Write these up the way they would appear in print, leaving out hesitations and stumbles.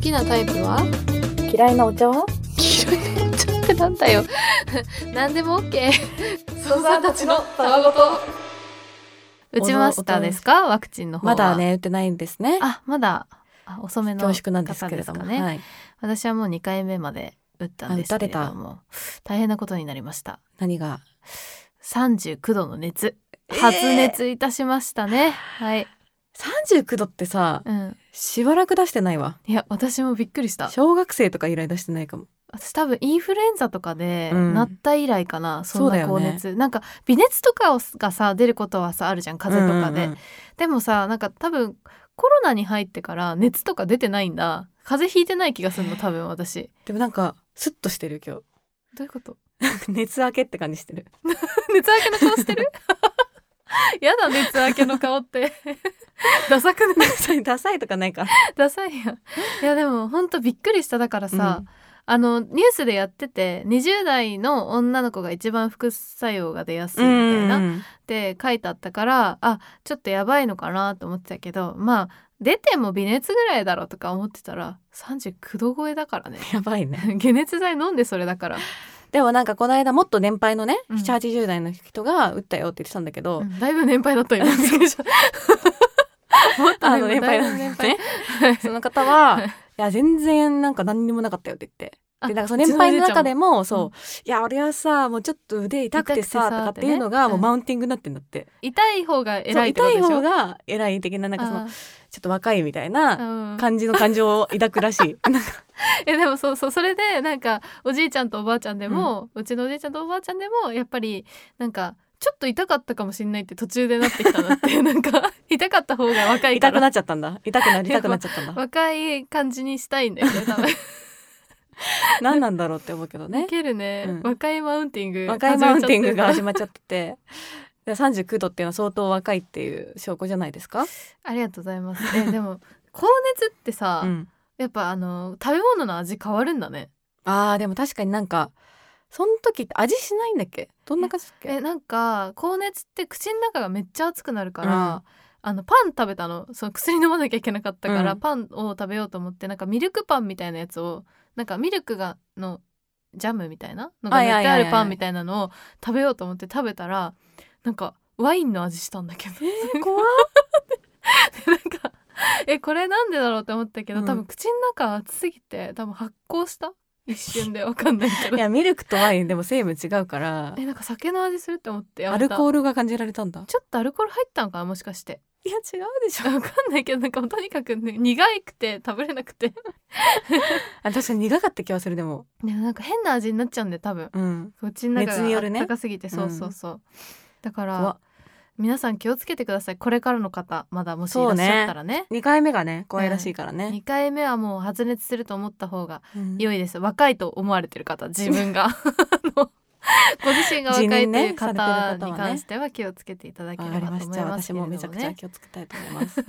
きなタイプは？ 嫌いなお茶は？ 嫌いなお茶ってなんだよ何でも OK ソーサーたちのたわごと。打ちましたですか？ワクチンの方は。 まだね打ってないんですね。 まだ遅めの恐縮なんですけれども、 ね、 はい、 私はもう2回目まで打ったんですけれども、大変なことになりました。 何が ？39度の熱、発熱いたしましたね。はい。 39度ってさ、しばらく出してないわ。 いや私もびっくりした。 小学生とか以来出してないかも。 私多分インフルエンザとかでなった以来かな、そんな高熱、 ね、 なんか微熱とかがさ出ることはさあるじゃん、風邪とかで、でもさなんか多分コロナに入ってから熱とか出てないんだ。風邪ひいてない気がするの多分私。 でもなんかスッとしてる今日。 どういうこと？ 熱明けって感じしてる熱明けの顔してるやだ熱明けの顔ってダサくない？ ダサいとかないか。 ダサいや。いやでもほんとびっくりした。だからさ、ニュースでやってて20代の女の子が一番副作用が出やすいみたいなって書いてあったから、ちょっとやばいのかなと思ってたけど、まあ出ても微熱ぐらいだろうとか思ってたら39度超えだからね。 やばいね解熱剤飲んでそれだから。 でもなんかこの間もっと年配のね、7、80代の人が打ったよって言ってたんだけど、 だいぶ年配だったよもっと年配のねその方はいや全然なんか何にもなかったよって言って、でなんかその年配の中でもいや俺はさもうちょっと腕痛くてさとかっていうのがもうマウンティングになってんだって、痛い方が偉いってことでしょ。痛い方が偉い的な、なんかそのちょっと若いみたいな感じの感情を抱くらしいでもそうそれでなんかおじいちゃんとおばあちゃんでも、うちのおじいちゃんとおばあちゃんでもやっぱりなんかちょっと痛かったかもしれないって途中でなってきたなってなんか痛かった方が若いから痛くなっちゃったんだ。痛くなっちゃったんだ。 若い感じにしたいんだよね多分何なんだろうって思うけどね。 ウケるね、若いマウンティングが始まっちゃってて39度っていうのは相当若いっていう証拠じゃないですか。 ありがとうございますでも高熱ってさ、やっぱ食べ物の味変わるんだね。 でも確かになんかその時って味しないんだっけ？どんな感じだっけ？ なんか高熱って口の中がめっちゃ熱くなるから、パン食べたの。その薬飲まなきゃいけなかったから、パンを食べようと思ってなんかミルクパンみたいなやつをなんかミルクのジャムみたいなのが塗ってあるパンみたいなのを食べようと思って食べたらなんかワインの味したんだけど怖っなんかこれなんでだろうって思ったけど、多分口の中熱すぎて多分発酵した一瞬でわかんないけどいやミルクとワインでも成分違うからなんか酒の味するって思ってアルコールが感じられたんだ。 ちょっとアルコール入ったのかなもしかして。 いや違うでしょ。 わかんないけどなんかとにかくね苦くて食べれなくて確かに苦かった気はする。でもなんか変な味になっちゃうんで多分、口の中が温かすぎて、そうだから皆さん気をつけてください。これからの方まだもしいらっしゃったらね。 2回目がね怖いらしいからね、 2回目はもう発熱すると思った方が良いです、若いと思われてる方、自分がご自身が若いという方に関しては気をつけていただければと思いますけれどもね。 私もめちゃくちゃ気をつけたいと思います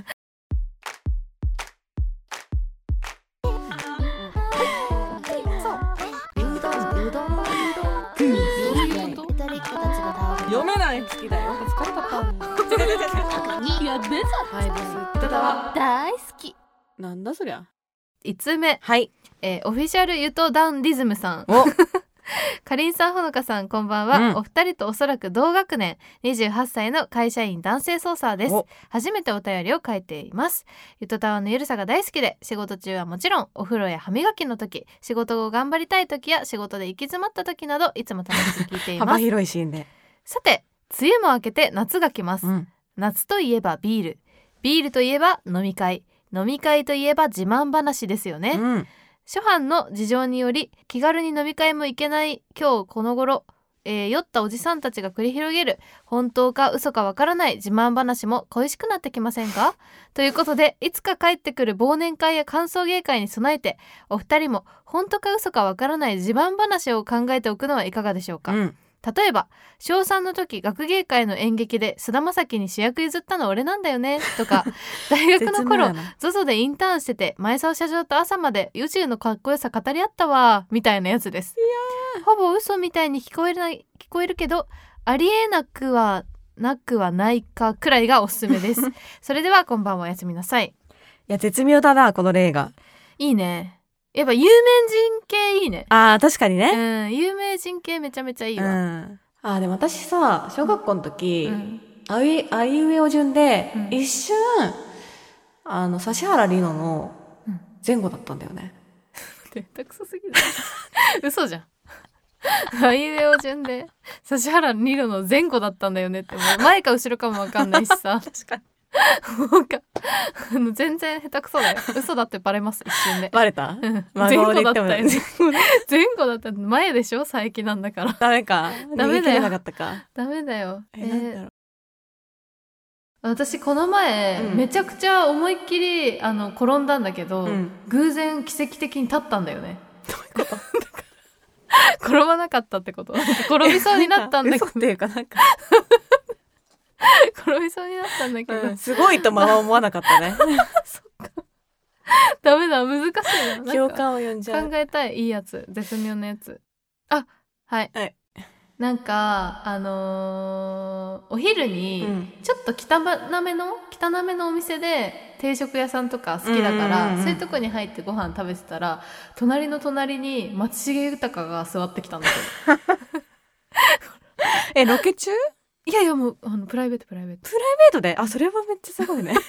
読めない好きだよ。疲れたいや別大好きなんだそりゃ。 5つ目、 はい、 オフィシャルゆとダンディズムさんかりんさんほのかさんこんばんは、お二人とおそらく同学年28歳の会社員男性ソーサーです。初めてお便りを書いています。ゆとたわのゆるさが大好きで仕事中はもちろんお風呂や歯磨きの時、仕事を頑張りたい時や仕事で行き詰まった時などいつも楽しく聞いています幅広いシーンで。 さて梅雨も明けて夏が来ます、夏といえばビール、ビールといえば飲み会、飲み会といえば自慢話ですよね、諸般の事情により気軽に飲み会も行けない今日この頃、酔ったおじさんたちが繰り広げる本当か嘘かわからない自慢話も恋しくなってきませんか？ということでいつか帰ってくる忘年会や歓送迎会に備えてお二人も本当か嘘かわからない自慢話を考えておくのはいかがでしょうか？例えば小3の時学芸会の演劇で菅田将暉に主役譲ったの俺なんだよねとか大学の頃ZOZO でインターンしてて前澤社長と朝まで宇宙のかっこよさ語り合ったわみたいなやつです。ほぼ嘘みたいに聞こえるけどありえなくはないかくらいがおすすめですそれではこんばんはおやすみなさい。 いや絶妙だなこの例が。 いいね。やっぱ有名人系いいね。 確かにね、 有名人系めちゃめちゃいいわ。 でも私さ小学校の時、あいうえお順で、一瞬指原莉乃の前後だったんだよね。 下手くそすぎる嘘じゃん。あいうえお順で指原莉乃の前後だったんだよねって、もう前か後ろかも分かんないしさ確かになんか全然下手くそだよ。嘘だってバレます、一瞬で。 バレた前後だったよね。前後だった前でしょ、佐伯なんだから。 ダメか。 ダメだよ。 なかったか。 ダメだよ。 なんだろう。 私この前、めちゃくちゃ思いっきり転んだんだけど、偶然奇跡的に立ったんだよね。 どういうこと転ばなかったってこと？転びそうになったんだけど。 嘘っていうかなんか転びそうになったんだけど、 すごいとまま思わなかったね。 そっか。ダメだ、難しいな。 共感を呼んじゃう。 考えたい、いいやつ、絶妙なやつ。はい。なんかお昼にちょっと汚めのお店で定食屋さんとか好きだから、そういうとこに入ってご飯食べてたら、隣に松重豊が座ってきたんだけどロケ中？ いやもうプライベートでそれはめっちゃすごいね。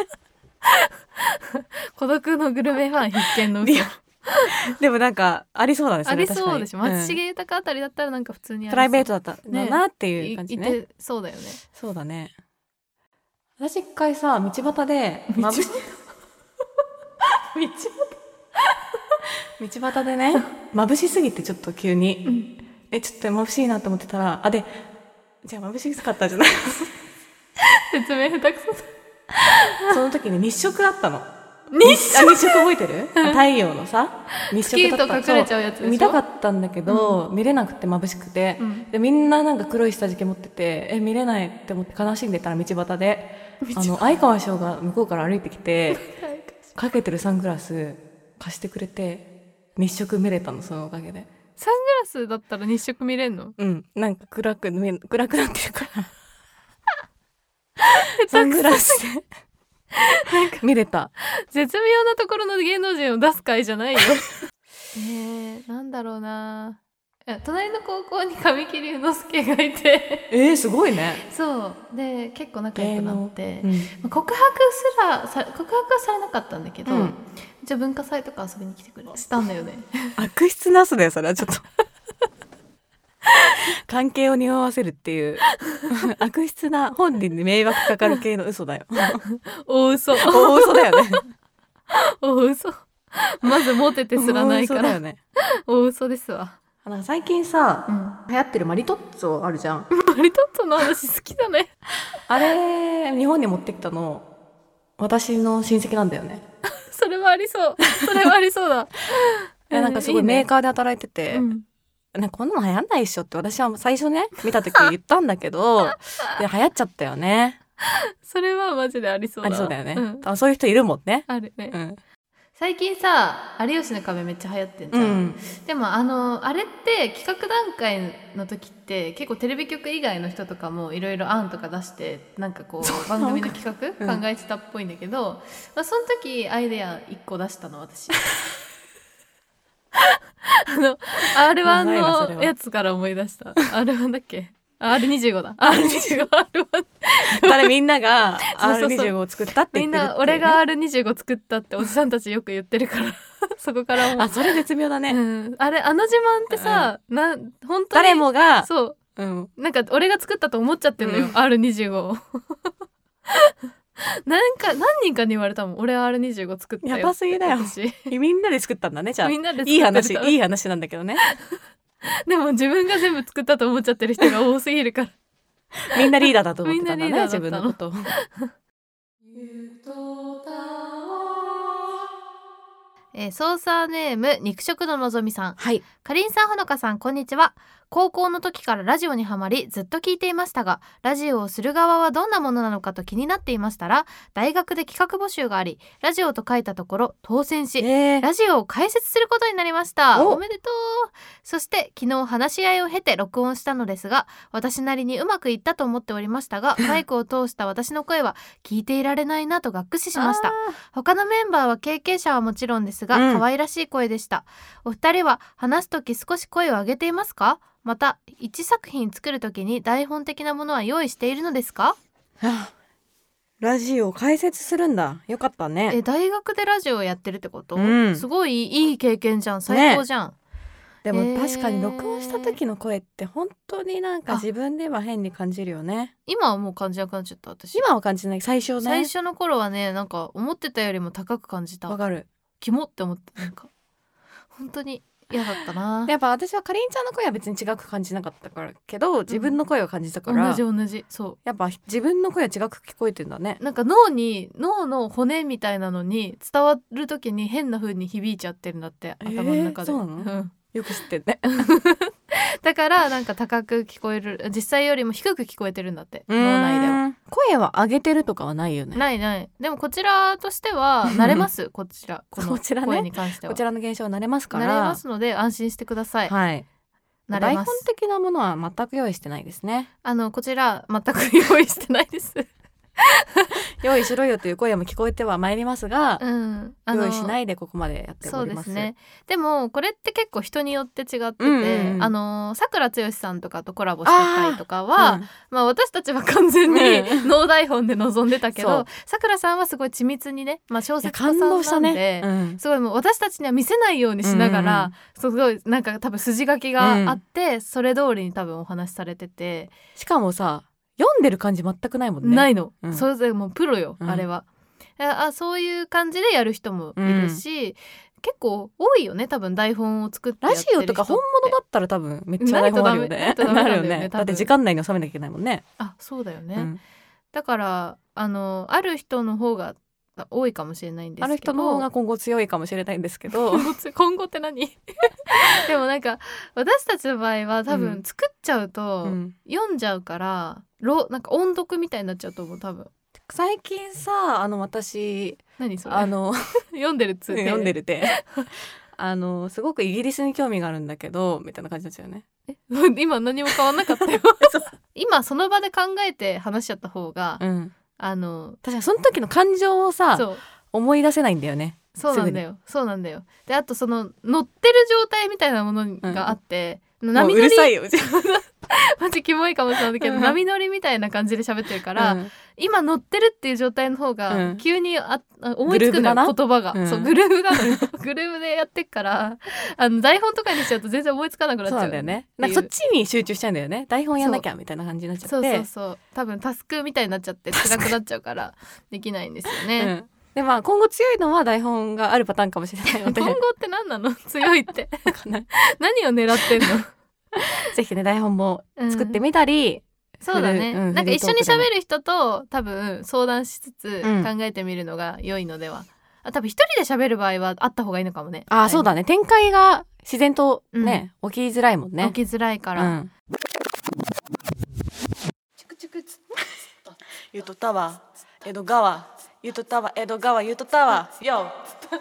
孤独のグルメファン必見の嘘。 でもなんかありそうだね。 ありそうでしょ。松重豊あたりだったらなんか普通にプライベートだったなっていう感じね。 いてそうだよね。 そうだね。私一回さ道端で道端でね眩しすぎてちょっと急に、ちょっと眩しいなと思ってたらじゃあ眩しかったじゃない。 説明下手くそ。 その時に日食あったの。日食覚えてる？太陽のさ日食だった。 月と隠れちゃうやつでしょ。 見たかったんだけど、見れなくて眩しくて、でみんななんか黒い下敷き持ってて見れないって思って悲しんでたら道端で相川翔が向こうから歩いてきてかけてるサングラス貸してくれて日食見れたの、そのおかげで。 サングラスだったら日食見れんの？ なんか暗くなってるからサングラスでなんか見れた。 絶妙なところの芸能人を出す回じゃないよ。なんだろうな。隣の高校に神木隆之介がいてすごいね。 そうで結構仲良くなって、告白はされなかったんだけど、じゃあ文化祭とか遊びに来てくれしたんだよね。 悪質な嘘だよそれは。ちょっと関係を匂わせるっていう悪質な、本人に迷惑かかる系の嘘だよ。 大嘘だよね。 大嘘。まずモテてすらないから。 大嘘だよね。 大嘘ですわ。 最近さ、流行ってるマリトッツォあるじゃん。 マリトッツォの話好きだね。 あれ日本に持ってきたの私の親戚なんだよね。 それはありそうだ。 なんかすごいメーカーで働いてて、なんかこんなの流行んないっしょって私は最初ね見た時言ったんだけどで流行っちゃったよね。 それはマジでありそうだ。 ありそうだよね。そういう人いるもんね。 あるね。最近さ有吉の壁めっちゃ流行ってんじゃん。でもあれって企画段階の時って結構テレビ局以外の人とかもいろいろ案とか出してなんかこう番組の企画考えてたっぽいんだけど、その時アイデア1個出したの私。R1 のやつから思い出した。R1 だっけ？R25 だ。R25 誰みんなが R25 を作ったって言ってるって、ね、 みんな俺が R25 作ったっておじさんたちよく言ってるからそこからもうそれ絶妙だね。 自慢ってさ、本当に誰もがそう、なんか俺が作ったと思っちゃってるのよ、R25 を。何人かに言われたもん、俺 R25 作ったよって。 やばすぎだよ。みんなで作ったんだね。じゃあみんなでいい話なんだけどね。 でも自分が全部作ったと思っちゃってる人が多すぎるからみんなリーダーだと思ってたんだね。自分のこと。 ソーサーネーム肉食ののぞみさん。 はい。 かりんさん、ほのかさん、こんにちは。高校の時からラジオにハマりずっと聞いていましたが、ラジオをする側はどんなものなのかと気になっていましたら、大学で企画募集がありラジオと書いたところ当選し、ラジオを開設することになりました。おめでとう。そして昨日話し合いを経て録音したのですが、私なりにうまくいったと思っておりましたが、マイクを通した私の声は聞いていられないなとがっくししました。他のメンバーは経験者はもちろんですが可愛らしい声でした。お二人は話すとき少し声を上げていますか？また1作品作るときに台本的なものは用意しているのですか？ ラジオ解説するんだ。よかったね。 大学でラジオをやってるってこと？すごいいい経験じゃん。最高じゃん、 でも確かに録音した時の声って本当になんか自分では変に感じるよね。 今はもう感じなくなっちゃった。私今は感じない。最初の頃はね、なんか思ってたよりも高く感じた。 わかる。 キモって思って、なんか本当に嫌だったな。 やっぱ私はかりんちゃんの声は別に違く感じなかったからけど、自分の声は感じたから、 同じそう。 やっぱ自分の声は違く聞こえてんだね。 なんか脳の骨みたいなのに伝わる時に変な風に響いちゃってるんだって、頭の中で。 そうなの？よく知ってんね。 だからなんか高く聞こえる、実際よりも低く聞こえてるんだって、脳内では。 声は上げてるとかはないよね。 ない。でもこちらとしては慣れますこちら声に関しては、 こちらの現象は慣れますから。 慣れますので安心してください。 はい。 慣れます。 台本的なものは全く用意してないですね。 こちら全く用意してないです用意しろよという声も聞こえてはまいりますが、用意しないでここまでやっております。 そうですね。でもこれって結構人によって違ってて、さくらつよしさんとかとコラボした回とかは、私たちは完全にノー台本で臨んでたけど、さくらさんはすごい緻密にね、小説家さんなんで、すごいもう私たちには見せないようにしながら、すごいなんか多分筋書きがあって、それ通りに多分お話しされてて、 しかもさ読んでる感じ全くないもんね。 ないの、それでもうプロよ、あれは。そういう感じでやる人もいるし、結構多いよね多分台本を作ってやってる人って。 ラジオとか本物だったら多分めっちゃ台本あるよね。なるよね。だって時間内に収めなきゃいけないもんね。 そうだよね、だからある人の方が多いかもしれないんですけど、 ある人の方が今後強いかもしれないんですけど今後って何でもなんか私たちの場合は多分作っちゃうと読んじゃうから、なんか音読みたいになっちゃうと思う多分。 最近さ私何それ読んでるっつって読んでるってすごくイギリスに興味があるんだけどみたいな感じになっちゃうよね。 今何も変わんなかったよ今その場で考えて話しちゃった方が、確かにその時の感情をさ思い出せないんだよね。 そうなんだよ。であとその乗ってる状態みたいなものがあって、 波乗りうるさいよマジキモいかもしれないけど、波乗りみたいな感じで喋ってるから、今乗ってるっていう状態の方が急に思いつくのよ、言葉が。そうグルーヴなのよグルーヴでやってっから台本とかにしちゃうと全然思いつかなくなっちゃう。 そうなんだよね。なんかそっちに集中しちゃうんだよね。台本やんなきゃみたいな感じになっちゃって。 そう多分タスクみたいになっちゃって辛くなっちゃうからできないんですよね。 で今後強いのは台本があるパターンかもしれないので今後って何なの強いって何を狙ってんのぜひね台本も作ってみたり、 そうだね、なんか一緒に喋る人と多分相談しつつ考えてみるのが良いのでは、多分一人で喋る場合はあった方がいいのかもね。 そうだね、展開が自然とね、起きづらいもんね。 起きづらいから、 チクチクゆとたわ江戸川ゆとたわ江戸川ゆとたわよ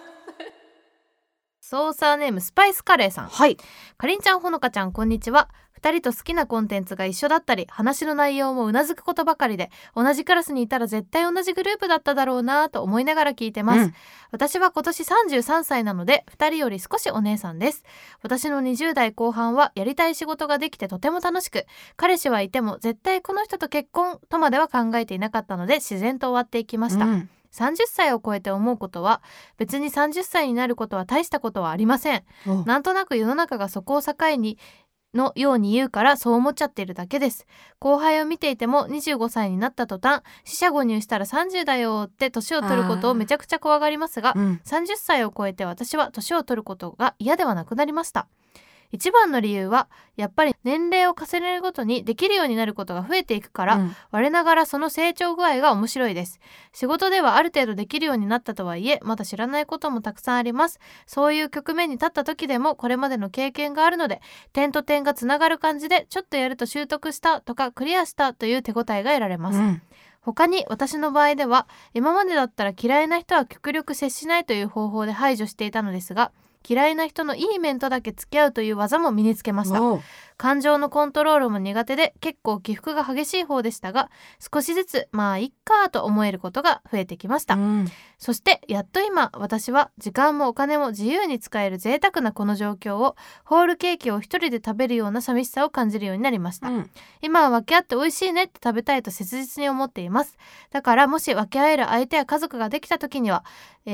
ソーサーネームスパイスカレーさん。 はい。 かりんちゃんほのかちゃんこんにちは。2人と好きなコンテンツが一緒だったり話の内容もうなずくことばかりで、同じクラスにいたら絶対同じグループだっただろうなと思いながら聞いてます、私は今年33歳なので2人より少しお姉さんです。私の20代後半はやりたい仕事ができてとても楽しく、彼氏はいても絶対この人と結婚とまでは考えていなかったので自然と終わっていきました、30歳を超えて思うことは、別に30歳になることは大したことはありません。なんとなく世の中がそこを境にのように言うからそう思っちゃっているだけです。後輩を見ていても25歳になった途端四捨五入したら30だよって年を取ることをめちゃくちゃ怖がりますが、30歳を超えて私は年を取ることが嫌ではなくなりました。一番の理由はやっぱり年齢を重ねるごとにできるようになることが増えていくから、我ながらその成長具合が面白いです。仕事ではある程度できるようになったとはいえまだ知らないこともたくさんあります。そういう局面に立った時でもこれまでの経験があるので、点と点がつながる感じでちょっとやると習得したとかクリアしたという手応えが得られます、他に私の場合では今までだったら嫌いな人は極力接しないという方法で排除していたのですが、 嫌いな人のいい面とだけ付き合うという技も身につけました。感情のコントロールも苦手で結構起伏が激しい方でしたが、少しずつまあいっかと思えることが増えてきました、そしてやっと今私は時間もお金も自由に使える贅沢なこの状況を、ホールケーキを一人で食べるような寂しさを感じるようになりました、今は分け合って美味しいねって食べたいと切実に思っています。だからもし分け合える相手や家族ができた時には、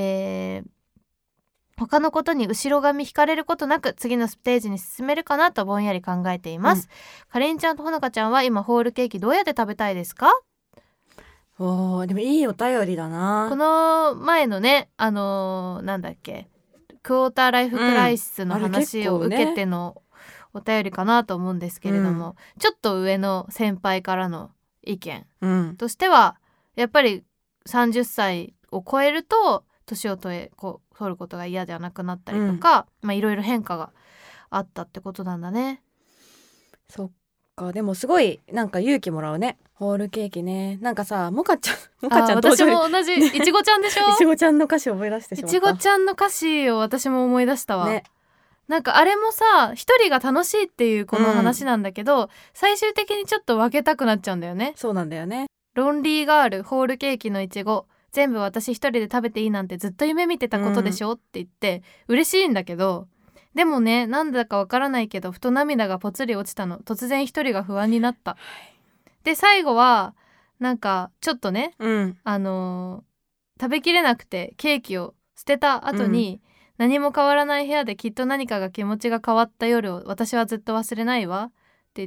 他のことに後ろ髪引かれることなく次のステージに進めるかなとぼんやり考えています、かりんちゃんとほのかちゃんは今ホールケーキどうやって食べたいですか？ でもいいお便りだな。 この前のねなんだっけクォーターライフクライシスの話を受けてのお便りかなと思うんですけれども、ちょっと上の先輩からの意見としては、やっぱり30歳を超えると年を取ることが嫌じゃなくなったりとか、いろいろ変化があったってことなんだね。 そっか、でもすごいなんか勇気もらうね、ホールケーキね。なんかさ、もかちゃん私も同じいちごちゃんでしょいちごちゃんの歌詞を思い出してしまった。 いちごちゃんの歌詞を私も思い出したわ、なんかあれもさ、一人が楽しいっていうこの話なんだけど、最終的にちょっと分けたくなっちゃうんだよね。 そうなんだよね。 ロンリーガールホールケーキのいちご全部私一人で食べていいなんてずっと夢見てたことでしょ、って言って嬉しいんだけど、でもね、なんだかわからないけどふと涙がぽつり落ちたの。突然一人が不安になった、で最後はなんかちょっとね、食べきれなくてケーキを捨てた後に、何も変わらない部屋できっと何かが気持ちが変わった夜を私はずっと忘れないわって言って、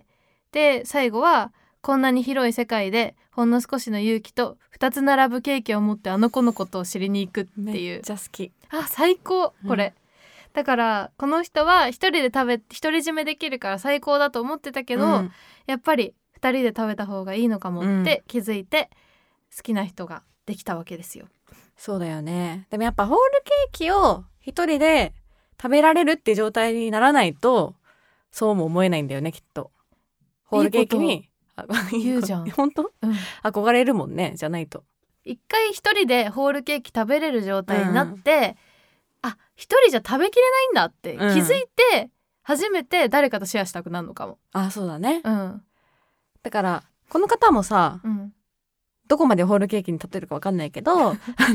で最後はこんなに広い世界でほんの少しの勇気と2つ並ぶケーキを持ってあの子のことを知りに行くっていう。 めっちゃ好き。 最高これ、だからこの人は一人で独り占めできるから最高だと思ってたけど、やっぱり2人で食べた方がいいのかもって気づいて、好きな人ができたわけですよ。 そうだよね。でもやっぱホールケーキを一人で食べられるって状態にならないとそうも思えないんだよね、きっと。ホールケーキに言うじゃん本当、憧れるもんね、じゃないと。 一回一人でホールケーキ食べれる状態になって、一人じゃ食べきれないんだって気づいて、初めて誰かとシェアしたくなるのかも。 そうだね、だからこの方もさ、どこまでホールケーキに例えるか分かんないけど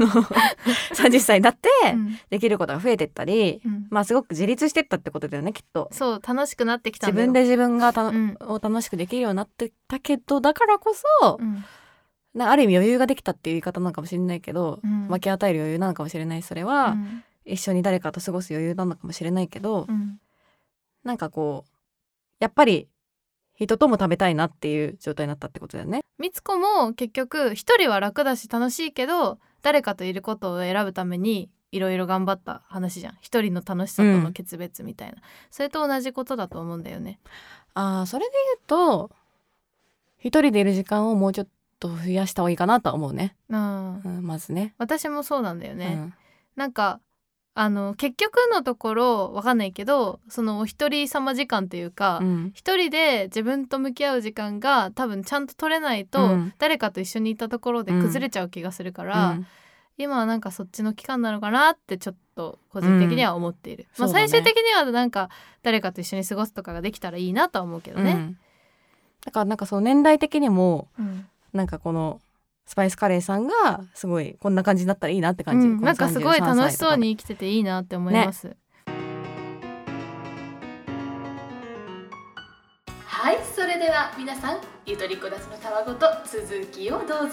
30歳になってできることが増えてったり、すごく自立してったってことだよね、きっと。 そう楽しくなってきたんだよ。 自分で自分がを楽しくできるようになってたけど、だからこそ、ある意味余裕ができたっていう言い方なのかもしれないけど、分け与える余裕なのかもしれない。それは、一緒に誰かと過ごす余裕なのかもしれないけど、なんかこうやっぱり人とも食べたいなっていう状態になったってことだよね。 みつこも結局一人は楽だし楽しいけど、誰かといることを選ぶためにいろいろ頑張った話じゃん。一人の楽しさとの決別みたいな、それと同じことだと思うんだよね。 それで言うと一人でいる時間をもうちょっと増やした方がいいかなとは思うね。まずね。 私もそうなんだよね、なんか結局のところわかんないけど、そのお一人様時間というか、一人で自分と向き合う時間が多分ちゃんと取れないと、誰かと一緒にいたところで崩れちゃう気がするから、今はなんかそっちの期間なのかなってちょっと個人的には思っている、最終的にはなんか誰かと一緒に過ごすとかができたらいいなとは思うけどね、 だからなんかその年代的にも、なんかこのスパイスカレーさんがすごいこんな感じになったらいいなって感じ、 なんかすごい楽しそうに生きてていいなって思います、はい、それでは皆さんゆとりこだちのたわごと続きをどうぞ。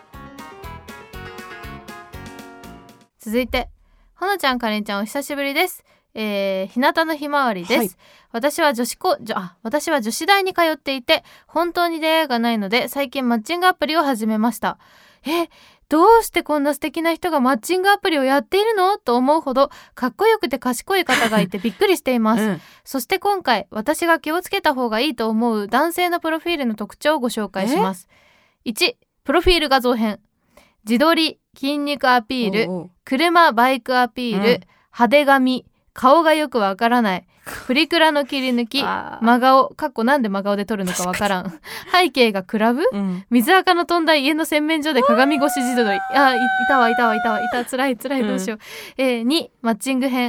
続いてほのちゃんかりんちゃんお久しぶりです。日向のひまわりです、私は女子大に通っていて本当に出会いがないので最近マッチングアプリを始めました。どうしてこんな素敵な人がマッチングアプリをやっているのと思うほどかっこよくて賢い方がいてびっくりしています、そして今回私が気をつけた方がいいと思う男性のプロフィールの特徴をご紹介します。1、プロフィール画像編。自撮り、筋肉アピール、車バイクアピール、派手髪、顔がよくわからない、プリクラの切り抜き、真顔なんで真顔で撮るのかわからん背景がクラブ、水垢の飛んだ家の洗面所で鏡越し自撮り。いたわ辛いどうしよう。2、マッチング編。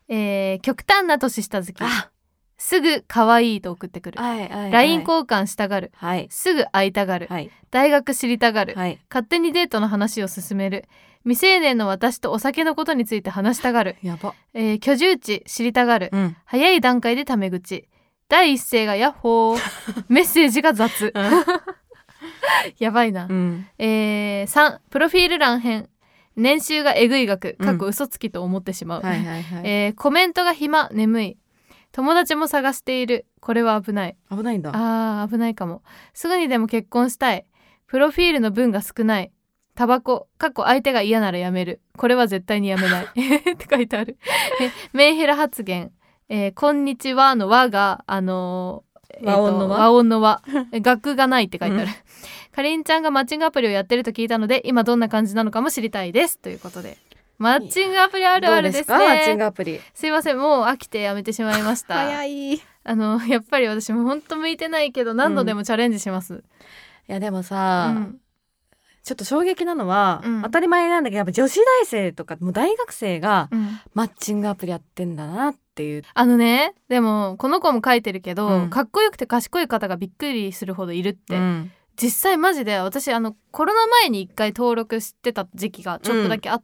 極端な年下好き、すぐ可愛いと送ってくる、LINE 交換したがる、すぐ会いたがる、大学知りたがる、勝手にデートの話を進める、未成年の私とお酒のことについて話したがる、 やば、 居住地知りたがる、早い段階でタメ口、第一声がヤッホーメッセージが雑やばいな、3プロフィール欄編、年収がえぐい額、嘘つきと思ってしまう、コメントが暇、眠い、友達も探している、これは危ない。 危ないんだ。 危ないかも。すぐにでも結婚したい、プロフィールの分が少ない、タバコ相手が嫌ならやめる、これは絶対にやめないって書いてあるメンヘラ発言、こんにちはの和が和音の和学がないって書いてある、かりんちゃんがマッチングアプリをやってると聞いたので今どんな感じなのかも知りたいですということで、マッチングアプリあるあるですね。 どうですかマッチングアプリ。 すいません、もう飽きてやめてしまいました早い。 やっぱり私も本当向いてないけど何度でもチャレンジします、 いやでもさ、ちょっと衝撃なのは、当たり前なんだけどやっぱ女子大生とかもう大学生がマッチングアプリやってんだなっていう、 でもこの子も書いてるけど、かっこよくて賢い方がびっくりするほどいるって、実際マジで私コロナ前に1回登録してた時期がちょっとだけあって、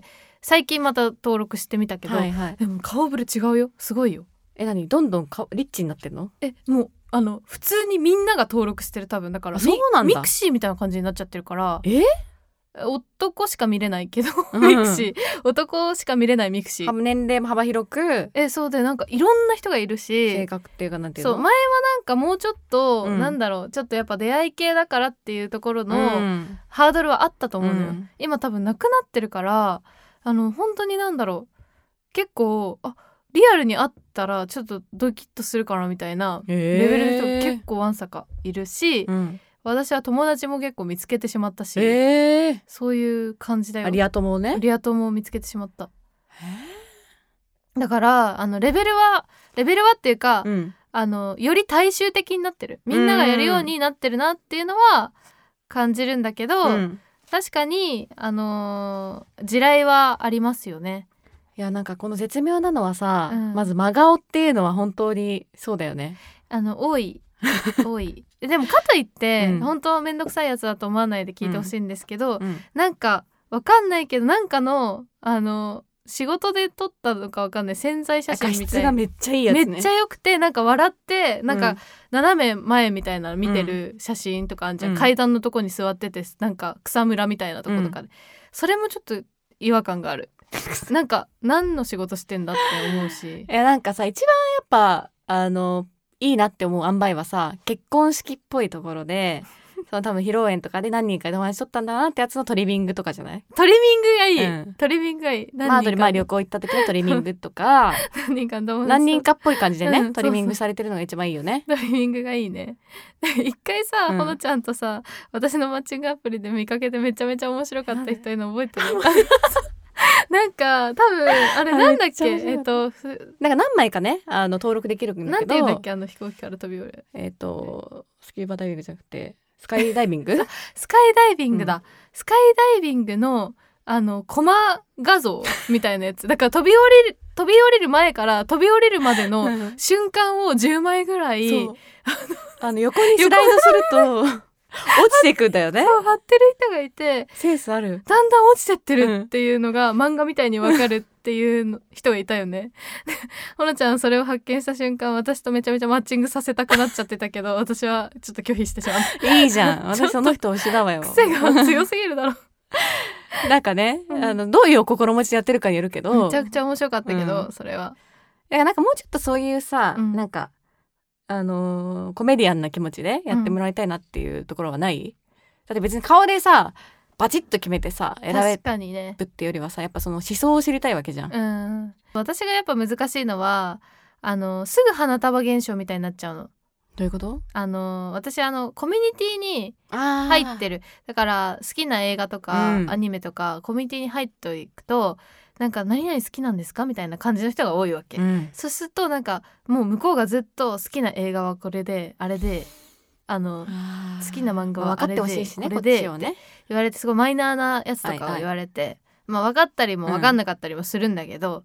最近また登録してみたけど、でも顔ぶれ違うよ、すごいよ。 何どんどんリッチになってんの？ もう普通にみんなが登録してる、多分だからそうなんだ、 ミクシーみたいな感じになっちゃってるから、男しか見れないけどミクシー、男しか見れないミクシー、 年齢も幅広く、 そうでなんかいろんな人がいるし、 性格っていうかなんていうの、 そう前はなんかもうちょっと、なんだろう、ちょっとやっぱ出会い系だからっていうところの、ハードルはあったと思うのよ、今多分なくなってるから、本当になんだろう、結構リアルに会ったらちょっとドキッとするかなみたいなレベルの人が結構わんさかいるし、私は友達も結構見つけてしまったし、そういう感じだよ。 リア友をね、 リア友を見つけてしまった。だからレベルはっていうか、より大衆的になってる、みんながやるようになってるなっていうのは感じるんだけど、確かに地雷はありますよね。 いやなんかこの絶妙なのはさ、まず真顔っていうのは本当にそうだよね。 多いでもかといって、本当めんどくさいやつだと思わないで聞いてほしいんですけど、なんかわかんないけどなんかの仕事で撮ったのかわかんない宣材写真みたいな、 画質がめっちゃいいやつね、 めっちゃ良くて、なんか笑ってなんか斜め前みたいなの見てる写真とかあんじゃん、階段のとこに座っててなんか草むらみたいなとことかで、それもちょっと違和感があるなんか何の仕事してんだって思うしなんかさ、一番やっぱいいなって思う塩梅はさ、結婚式っぽいところでその多分披露宴とかで何人かで友達取ったんだなってやつのトリミングとかじゃない？ トリミングがいい、トリミングがいい。 旅行行った時のトリミングとか何人かっぽい感じでね、トリミングされてるのが一番いいよね。 トリミングがいいね。一回さ、ほのちゃんとさ、私のマッチングアプリで見かけてめちゃめちゃ面白かった人いるの覚えてる？なんか多分あれなんだっけ、なんか何枚かね登録できるんだけど、 なんていうんだっけ、飛行機から飛び降りるスキューバダイビングじゃなくてスカイダイビングスカイダイビングだ、スカイダイビングのコマ画像みたいなやつだから、飛び降りる前から飛び降りるまでの瞬間を10枚ぐらい横にスライドすると落ちていくんだよね。 そう、貼ってる人がいて、 センスある。 だんだん落ちてってるっていうのが漫画みたいにわかるっていう人がいたよね。ほのちゃんそれを発見した瞬間、私とめちゃめちゃマッチングさせたくなっちゃってたけど、私はちょっと拒否してしまった。 いいじゃん。私その人推しだわよ。 癖が強すぎるだろ。 なんかね、どういうお心持ちでやってるかによるけど、 めちゃくちゃ面白かったけど、それは。 なんかもうちょっとそういうさ、なんかコメディアンな気持ちでやってもらいたいなっていうところはない？だって別に顔でさバチッと決めてさ選べるっていうよりはさ、やっぱその思想を知りたいわけじゃん。 私がやっぱ難しいのはすぐ花束現象みたいになっちゃうの。 どういうこと？ 私コミュニティに入ってる、だから好きな映画とか、アニメとかコミュニティに入っていくと、なんか何々好きなんですかみたいな感じの人が多いわけ、そうするとなんかもう向こうがずっと好きな映画はこれであれで好きな漫画はあれで、これでって言われて、すごいマイナーなやつとかを言われて、分かったりも分かんなかったりもするんだけど、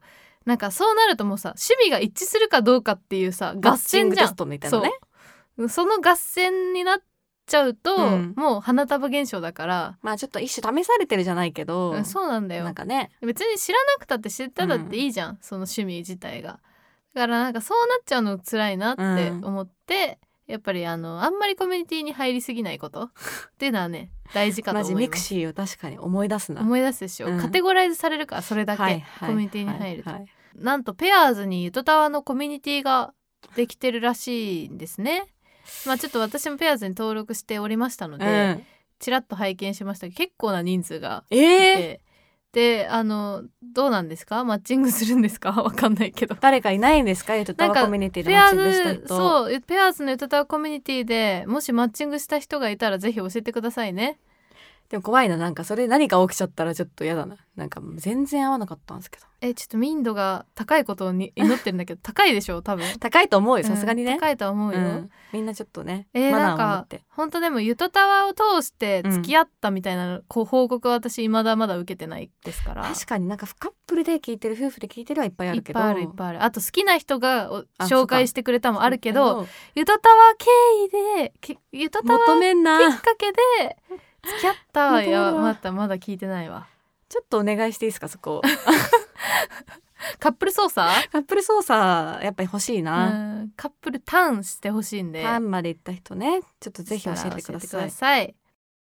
なんかそうなるともうさ趣味が一致するかどうかっていうさ合戦じゃん。 マッチングテストみたいなね。 その合戦になっちゃうと、 うんもう花束現象だから。 まあちょっと一種試されてるじゃないけど、 そうなんだよ。 なんかね、 別に知らなくたって知っただっていいじゃん、その趣味自体が。だからなんかそうなっちゃうの辛いなって思って、やっぱりあんまりコミュニティに入りすぎないことっていうのはね大事かと思います。 マジミクシーを確かに思い出すな。 思い出すでしょ、カテゴライズされるからそれだけ、コミュニティに入ると、なんとペアーズにゆとたわのコミュニティができてるらしいんですね。まあちょっと私もペアーズに登録しておりましたので、ちらっと拝見しましたけど結構な人数がいて、でどうなんですか、マッチングするんですかわかんないけど、 誰かいないんですか、ゆとたわコミュニティでマッチングした人。 そうペアーズのゆとたわコミュニティでもしマッチングした人がいたらぜひ教えてくださいね。 でも怖いな、なんかそれ何か起きちゃったらちょっと嫌だな。なんか全然合わなかったんですけど。 ちょっと民度が高いことを祈ってるんだけど高いでしょ多分。 高いと思うよ、さすがにね、 高いと思うよ、 みんなちょっとね、 マナーを守って。本当でもゆとたわを通して付き合ったみたいな、報告は私まだまだ受けてないですから。 確かになんかカップルで聞いてる、夫婦で聞いてるはいっぱいあるけど、 いっぱいある。あと好きな人が紹介してくれたもあるけど、ゆとたわ経緯でゆとたわきっかけで付き合ったわ。いやまだ聞いてないわ。 ちょっとお願いしていいですか、そこカップル操作やっぱり欲しいな。 カップルターンしてほしいんで、 ターンまで行った人ね、ちょっとぜひ教えてください。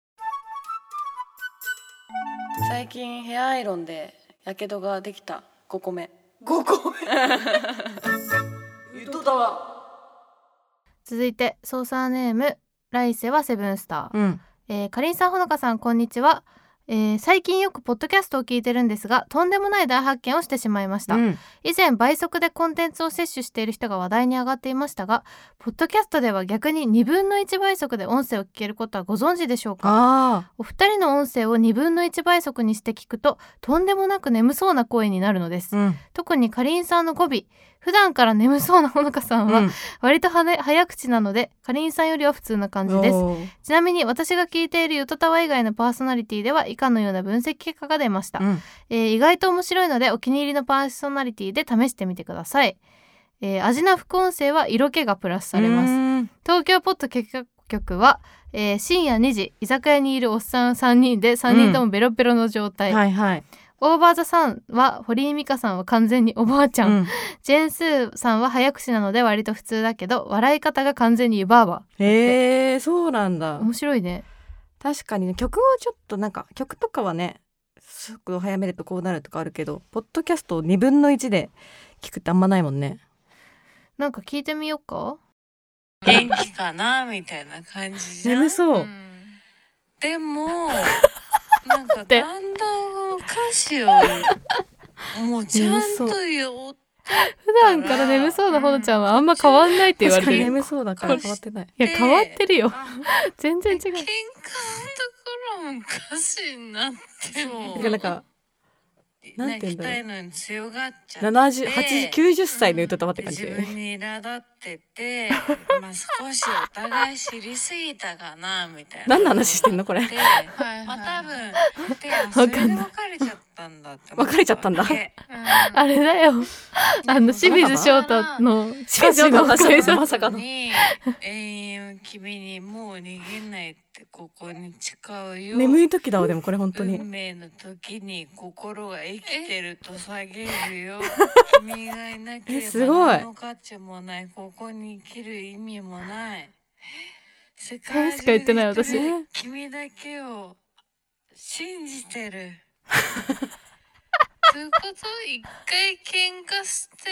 最近ヘアアイロンでやけどができた。5個目ゆとたわ。 続いて操作ネーム来世はセブンスター、かりんさん、ほのかさん、こんにちは。最近よくポッドキャストを聞いてるんですが、とんでもない大発見をしてしまいました、以前倍速でコンテンツを摂取している人が話題に上がっていましたが、ポッドキャストでは逆に2分の1倍速で音声を聞けることはご存知でしょうか。お二人の音声を2分の1倍速にして聞くととんでもなく眠そうな声になるのです、特にかりんさんの語尾、普段から眠そうなほのかさんは割と早口なので、かりんさんよりは普通な感じです。ちなみに私が聞いているゆとたわ以外のパーソナリティでは以下のような分析結果が出ました、意外と面白いのでお気に入りのパーソナリティで試してみてください。味な副音声は色気がプラスされます。東京ポッド結果局は、深夜2時居酒屋にいるおっさん3人で3人ともベロベロの状態、オーバーザさんは堀井美香さんは完全におばあちゃん、ジェーンスーさんは早口なので割と普通だけど笑い方が完全に湯婆婆。 そうなんだ。 面白いね。 確かにね、曲をちょっとなんか曲とかはね速度を速めるとこうなるとかあるけど、ポッドキャストを2分の1で聞くってあんまないもんね。 なんか聞いてみようか。 元気かなみたいな感じじゃん。 眠そう、 でもなんかだんだん歌詞をもうちゃんと言おう。 普段から眠そうなほのちゃんはあんま変わんないって言われてる。 眠そうだから変わってない。 いや変わってるよ全然違う。 喧嘩のところも歌詞になってもなんかなんていうんだろう、 泣きたいのに強がっちゃって 70、80、90歳の歌とって感じで、 自分に苛立っててまあ少しお互い知りすぎたかなみたいな。 何の話してんのこれ。 まあ多分それで別れちゃったんだって思った。 別れちゃったんだ。 あれだよ、清水翔太の清水翔太のまさかの永遠君にもう逃げないってここに誓うよ。 眠い時だわ。でもこれ本当に運命の時に心が生きてると叫ぶよ。君がいなければ何の価値もない。ここに生きる意味もない。世界中で君だけを信じてる。ということ一回喧嘩して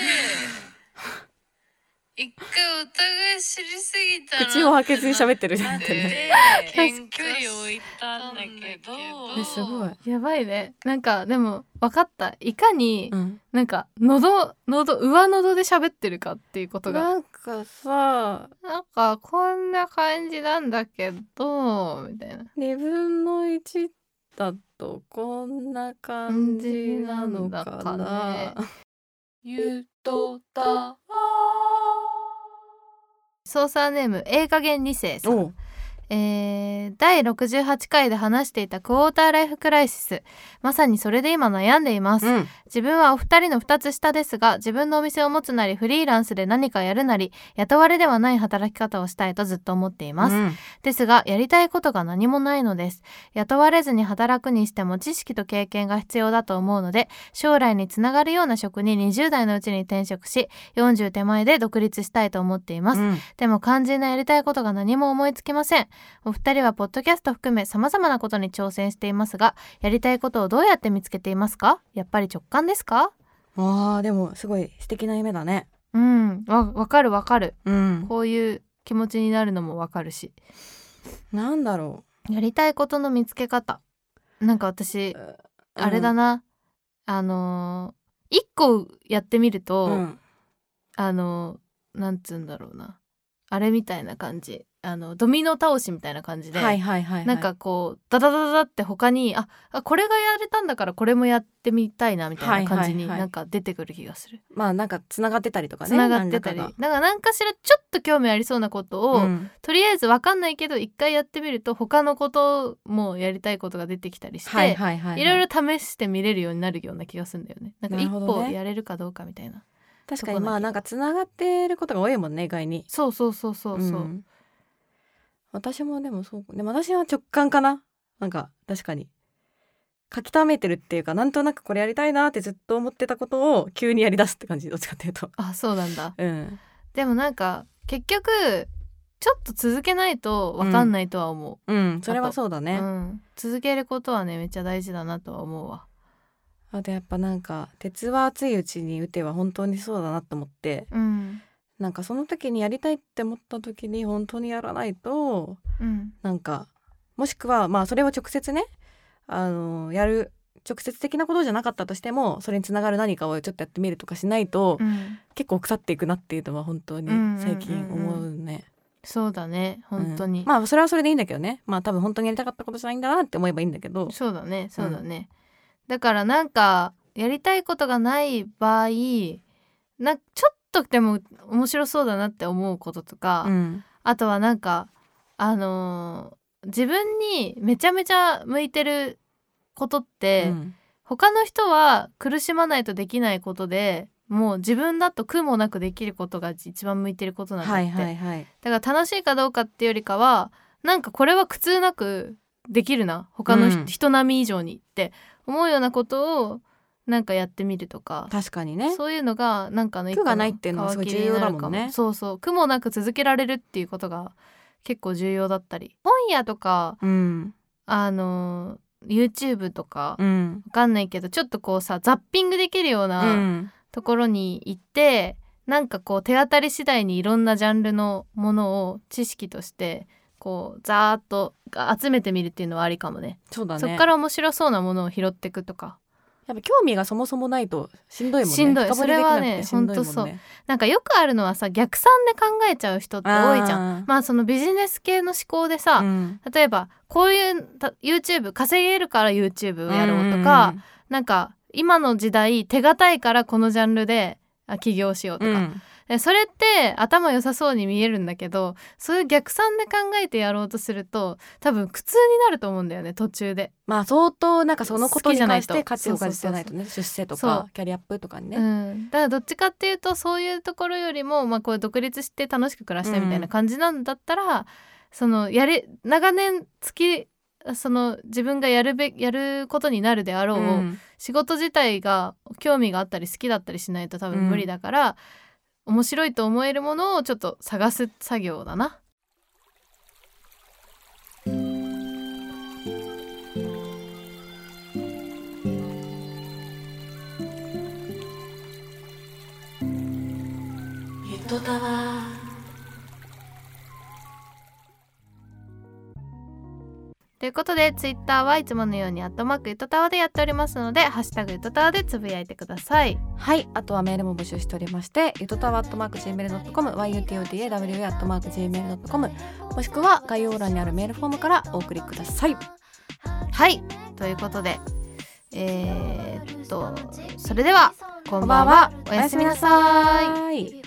一回お互い知りすぎたら口を開けずに喋ってるじゃんってね。 距離を置いたんだけど、 すごいやばいね。なんかでも分かった。いかに、なんか上喉で喋ってるかっていうことが、 なんかさ、 なんかこんな感じなんだけどみたいな。 2分の1だとこんな感じなのかな。 ゆとたわ。 操作ネームええ加減2世さん。 第68回で話していたクォーターライフクライシス、まさにそれで今悩んでいます、自分はお二人の2つ下ですが、自分のお店を持つなりフリーランスで何かやるなり雇われではない働き方をしたいとずっと思っています、ですがやりたいことが何もないのです。雇われずに働くにしても知識と経験が必要だと思うので、将来につながるような職に20代のうちに転職し、40手前で独立したいと思っています、でも肝心なやりたいことが何も思いつきません。お二人はポッドキャスト含め様々なことに挑戦していますが、やりたいことをどうやって見つけていますか？やっぱり直感ですか？ でもすごい素敵な夢だね。 わかるわかる、こういう気持ちになるのもわかるし、 なんだろう、やりたいことの見つけ方、なんか私、あれだな、一個やってみると、なんつうんだろうな、あれみたいな感じ、ドミノ倒しみたいな感じで、なんかこうダダダダって他にこれがやれたんだからこれもやってみたいなみたいな感じになんか出てくる気がする、 なんかつながってたりとかね、 つながってたり、だから何かしらちょっと興味ありそうなことを、とりあえず分かんないけど一回やってみると他のこともやりたいことが出てきたりして、いろいろ試してみれるようになるような気がするんだよね。なんか一歩やれるかどうかみたいな。 確かになんかつながってることが多いもんね、意外に。 そう、 私もでも私は直感かな。なんか確かに書き溜めてるっていうか、なんとなくこれやりたいなってずっと思ってたことを急にやり出すって感じ、どっちかっていうと。 そうなんだ、でもなんか結局ちょっと続けないと分かんないとは思う、 それはそうだね、 続けることはねめっちゃ大事だなとは思うわ。 あとやっぱなんか鉄は熱いうちに打ては本当にそうだなと思って、なんかその時にやりたいって思った時に本当にやらないと、なんかもしくはそれを直接ねやる直接的なことじゃなかったとしても、それにつながる何かをちょっとやってみるとかしないと、結構腐っていくなっていうのは本当に最近思うね。 そうだね、本当に、 それはそれでいいんだけどね、多分本当にやりたかったことじゃないんだなって思えばいいんだけど。 そうだね、だからなんかやりたいことがない場合、ちょっとでも面白そうだなって思うこととか、あとはなんか自分にめちゃめちゃ向いてることって、他の人は苦しまないとできないことで、もう自分だと苦もなくできることが一番向いてることなんだって、だから楽しいかどうかっていうよりかは、なんかこれは苦痛なくできるな他の人並み以上にって思うようなことをなんかやってみるとか。 確かにね、 そういうのがなんか苦がないっていうのはすごい重要だもんね。 苦もなく続けられるっていうことが結構重要だったり、本屋とか、YouTube とか、わかんないけどちょっとこうさザッピングできるようなところに行って、なんかこう手当たり次第にいろんなジャンルのものを知識としてこうザーッと集めてみるっていうのはありかもね。 そうだね。 そっから面白そうなものを拾っていくとか。 やっぱ興味がそもそもないとしんどいもんね。 しんどい、それはねほんとそう。なんかよくあるのはさ、逆算で考えちゃう人って多いじゃん。そのビジネス系の思考でさ、例えばこういう YouTube 稼げるから YouTube をやろうとか、なんか今の時代手堅いからこのジャンルで起業しようとか、それって頭良さそうに見えるんだけど、そういう逆算で考えてやろうとすると多分苦痛になると思うんだよね、途中で。 相当なんかそのことに関して価値を感じてないとね、出世とかキャリアアップとかにね、 だからどっちかっていうとそういうところよりも、こう独立して楽しく暮らしたいみたいな感じなんだったら、その長年その自分がやることになるであろう、仕事自体が興味があったり好きだったりしないと多分無理だから、面白いと思えるものをちょっと探す作業だな。 ゆとたわ。 ということでツイッターはいつものように@ゆとたわでやっておりますので、ハッシュタグゆとたわでつぶやいてください。 はい、あとはメールも募集しておりまして、ゆとたわ@gmail.com、yutodawa@gmail.com、もしくは概要欄にあるメールフォームからお送りください。 はい、ということでそれではこんばんは、おやすみなさい。